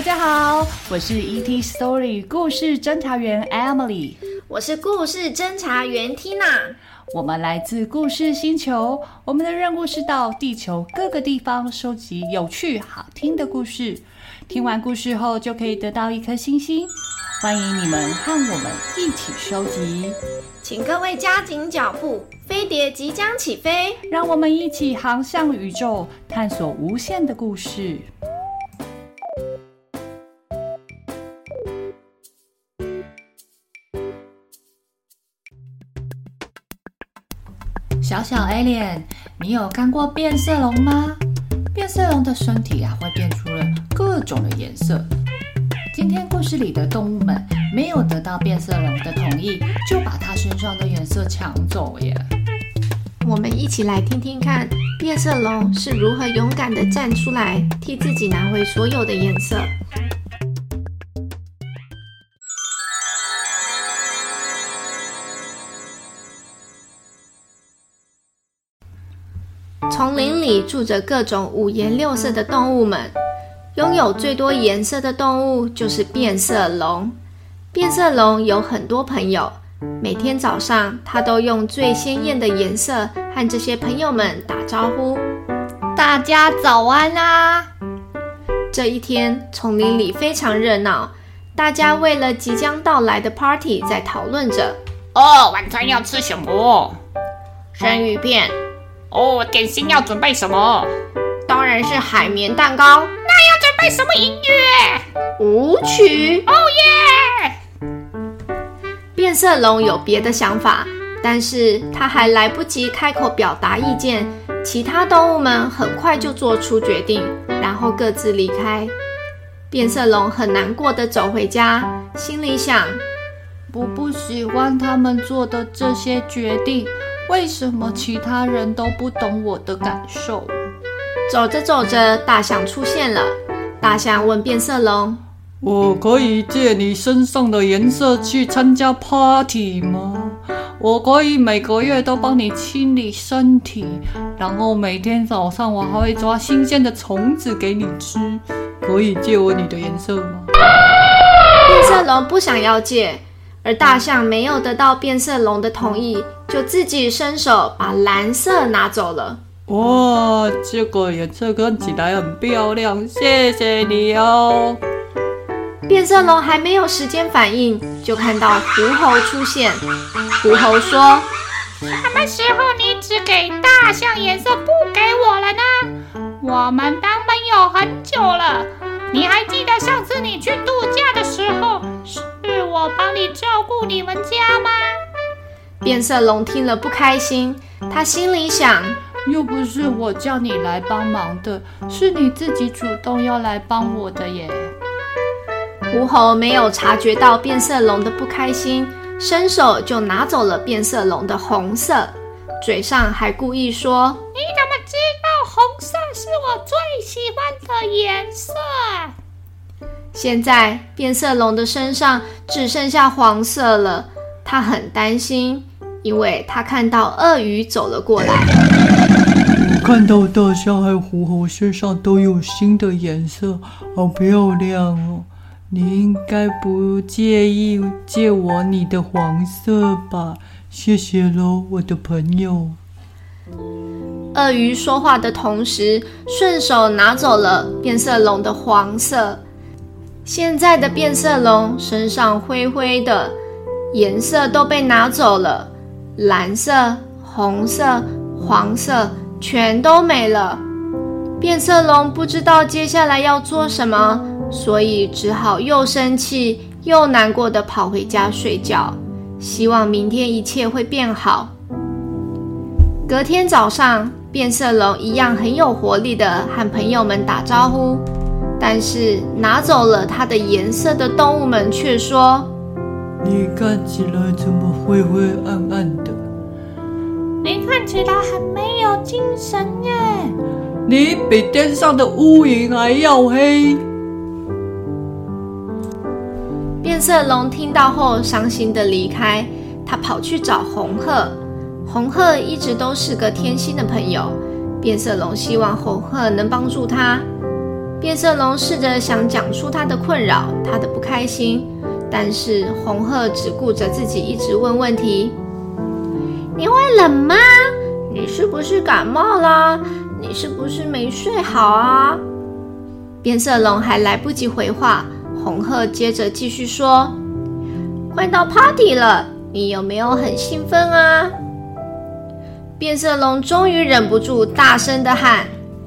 家好，我是 ET Story 故事侦查员 Emily， 我是故事侦查员 Tina。 我们来自故事星球，我们的任务是到地球各个地方收集有趣好听的故事。听完故事后就可以得到一颗星星，欢迎你们和我们一起收集。 请各位加紧脚步，飞碟即将起飞， 让我们一起航向宇宙，探索无限的故事。小小 Alien， 你有看过变色龙吗？变色龙的身体会变出了各种的颜色。今天故事里的动物们没有得到变色龙的同意，就把它身上的颜色抢走耶。 我们一起来听听看，变色龙是如何勇敢地站出来，替自己拿回所有的颜色。丛林里住着各种五颜六色的动物们，拥有最多颜色的动物就是变色龙。变色龙有很多朋友，每天早上它都用最鲜艳的颜色和这些朋友们打招呼。 大家早安啊！ 这一天，丛林里非常热闹，大家为了即将到来的 party 在讨论着。 晚餐要吃什么？ 生鱼片。 点心要准备什么？ 当然是海绵蛋糕。 那要准备什么音乐？ 舞曲。 耶！ 变色龙有别的想法，但是他还来不及开口表达意见，其他动物们很快就做出决定，然后各自离开。变色龙很难过地走回家，心里想： 我不喜欢他们做的这些决定，为什么其他人都不懂我的感受？ 走着走着，大象出现了。大象问变色龙： 我可以借你身上的颜色去参加 party 吗？我可以每个月都帮你清理身体，然后每天早上我还会抓新鲜的虫子给你吃。可以借我你的颜色吗？ 变色龙不想要借，而大象没有得到变色龙的同意，就自己伸手把蓝色拿走了。 哇，这个颜色看起来很漂亮，谢谢你哦。 变色龙还没有时间反应，就看到狐猴出现。狐猴说： 什么时候你只给大象颜色不给我了呢？我们当朋友很久了，你还记得上次你去度假的时候，是我帮你照顾你们家吗？ 变色龙听了不开心，他心里想： 又不是我叫你来帮忙的，是你自己主动要来帮我的耶。 狐猴没有察觉到变色龙的不开心，伸手就拿走了变色龙的红色，嘴上还故意说： 你怎么知道红色是我最喜欢的颜色？ 现在变色龙的身上只剩下黄色了，他很担心，因为他看到鳄鱼走了过来。 我看到大象和狐猴身上都有新的颜色，好漂亮哦！你应该不介意借我你的黄色吧？谢谢咯，我的朋友。 鳄鱼说话的同时，顺手拿走了变色龙的黄色。现在的变色龙身上灰灰的，颜色都被拿走了，蓝色、红色、黄色全都没了。变色龙不知道接下来要做什么，所以只好又生气又难过地跑回家睡觉，希望明天一切会变好。隔天早上，变色龙一样很有活力地和朋友们打招呼，但是拿走了它的颜色的动物们却说： 你看起来怎么灰灰暗暗的？ 你看起来很没有精神耶！ 你比天上的乌云还要黑。 变色龙听到后伤心地离开，他跑去找红鹤。红鹤一直都是个贴心的朋友，变色龙希望红鹤能帮助他。 变色龙试着想讲出他的困扰，他的不开心，但是红鹤只顾着自己一直问问题。你会冷吗？你是不是感冒啦？你是不是没睡好啊？变色龙还来不及回话，红鹤接着继续说，快到 party 了，你有没有很兴奋啊？变色龙终于忍不住大声地喊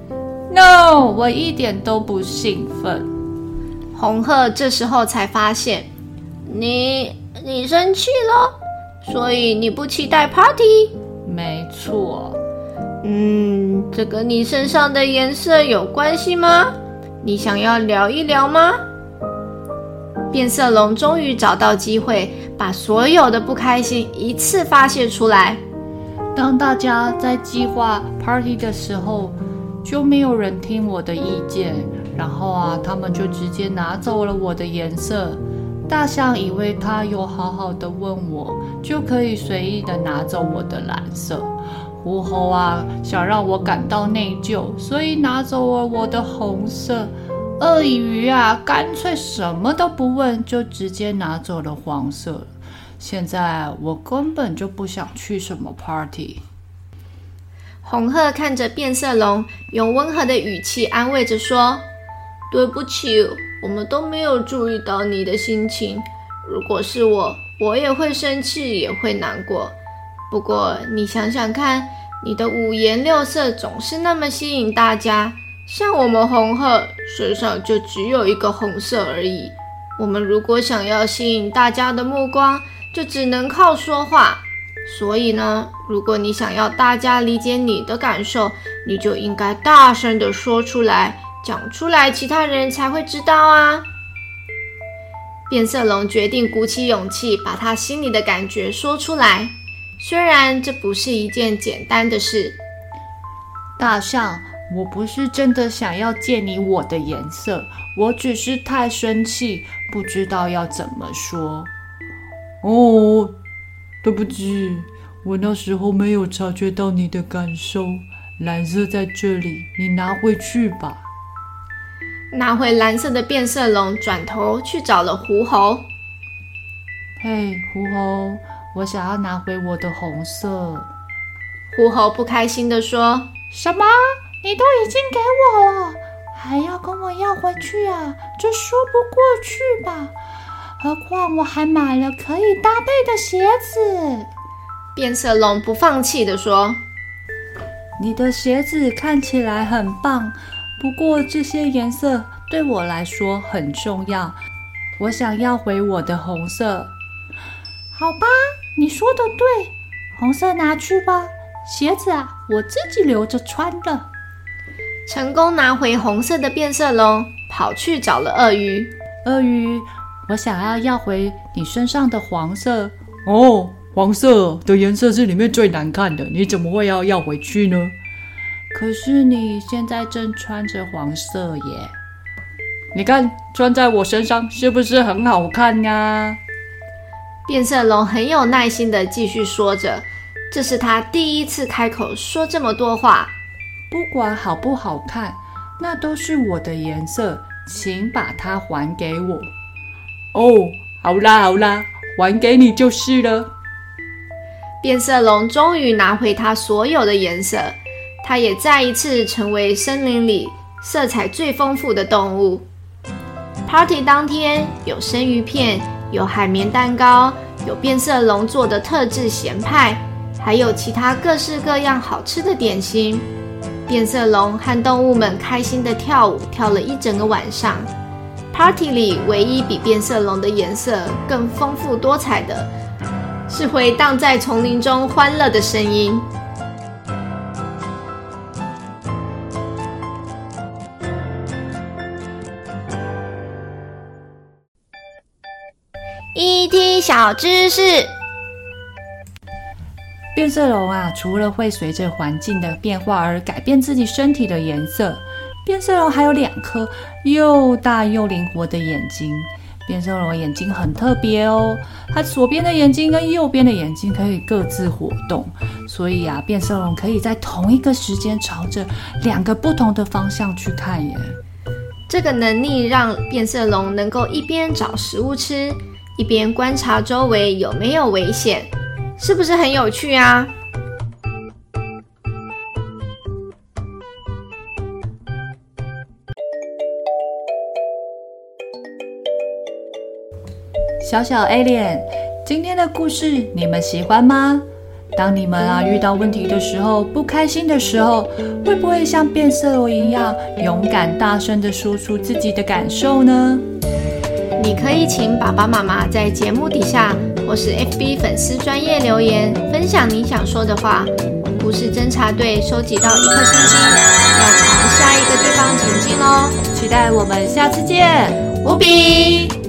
No， 我一点都不兴奋。 红鹤这时候才发现，你生气了，所以你不期待 party？ 没错。 这跟你身上的颜色有关系吗？你想要聊一聊吗？变色龙终于找到机会，把所有的不开心一次发泄出来。 当大家在计划 party 的时候，就没有人听我的意见，然后他们就直接拿走了我的颜色。大象以为他有好好的问我，就可以随意的拿走我的蓝色。狐猴想让我感到内疚，所以拿走了我的红色。鳄鱼干脆什么都不问，就直接拿走了黄色了。现在我根本就不想去什么 party。 红鹤看着变色龙，用温和的语气安慰着说，对不起，我们都没有注意到你的心情。如果是我也会生气，也会难过。不过你想想看，你的五颜六色总是那么吸引大家，像我们红鹤身上就只有一个红色而已。我们如果想要吸引大家的目光，就只能靠说话。所以呢，如果你想要大家理解你的感受，你就应该大声地说出来，讲出来，其他人才会知道啊。变色龙决定鼓起勇气，把他心里的感觉说出来。虽然这不是一件简单的事。 大象，我不是真的想要借你我的颜色，我只是太生气，不知道要怎么说。 哦，对不起，我那时候没有察觉到你的感受。蓝色在这里，你拿回去吧。 拿回蓝色的变色龙转头去找了狐猴。 嘿，狐猴，我想要拿回我的红色。 狐猴不开心地说， 什么？你都已经给我了，还要跟我要回去啊？这说不过去吧？何况我还买了可以搭配的鞋子。 变色龙不放弃地说， 你的鞋子看起来很棒，不过这些颜色对我来说很重要，我想要回我的红色。 好吧，你说的对，红色拿去吧，鞋子我自己留着穿了。 成功拿回红色的变色龙跑去找了鳄鱼。 鳄鱼，我想要回你身上的黄色。 哦，黄色的颜色是里面最难看的，你怎么会要回去呢？ 可是你现在正穿着黄色耶。 你看，穿在我身上是不是很好看呀？ 变色龙很有耐心地继续说着，这是他第一次开口说这么多话。 不管好不好看，那都是我的颜色，请把它还给我。 哦，好啦，还给你就是了。 变色龙终于拿回它所有的颜色，它也再一次成为森林里色彩最丰富的动物。Party 当天有生鱼片，有海绵蛋糕，有变色龙做的特制咸派，还有其他各式各样好吃的点心。变色龙和动物们开心地跳舞，跳了一整个晚上。Party 里唯一比变色龙的颜色更丰富多彩的，是回荡在丛林中欢乐的声音。ET 小知识。 变色龙除了会随着环境的变化而改变自己身体的颜色，变色龙还有2颗又大又灵活的眼睛。变色龙眼睛很特别哦，它左边的眼睛跟右边的眼睛可以各自活动，所以变色龙可以在同一个时间朝着2个不同的方向去看耶。 这个能力让变色龙能够一边找食物吃，一边观察周围有没有危险，是不是很有趣啊？ 小小 alien， 今天的故事你们喜欢吗？当你们遇到问题的时候，不开心的时候，会不会像变色龙一样勇敢大声地说出自己的感受呢？ 你可以请爸爸妈妈在节目底下或是 FB 粉丝专页留言，分享你想说的话。故事侦查队收集到1颗星星，要朝下一个地方前进咯。 期待我们下次见， 无比。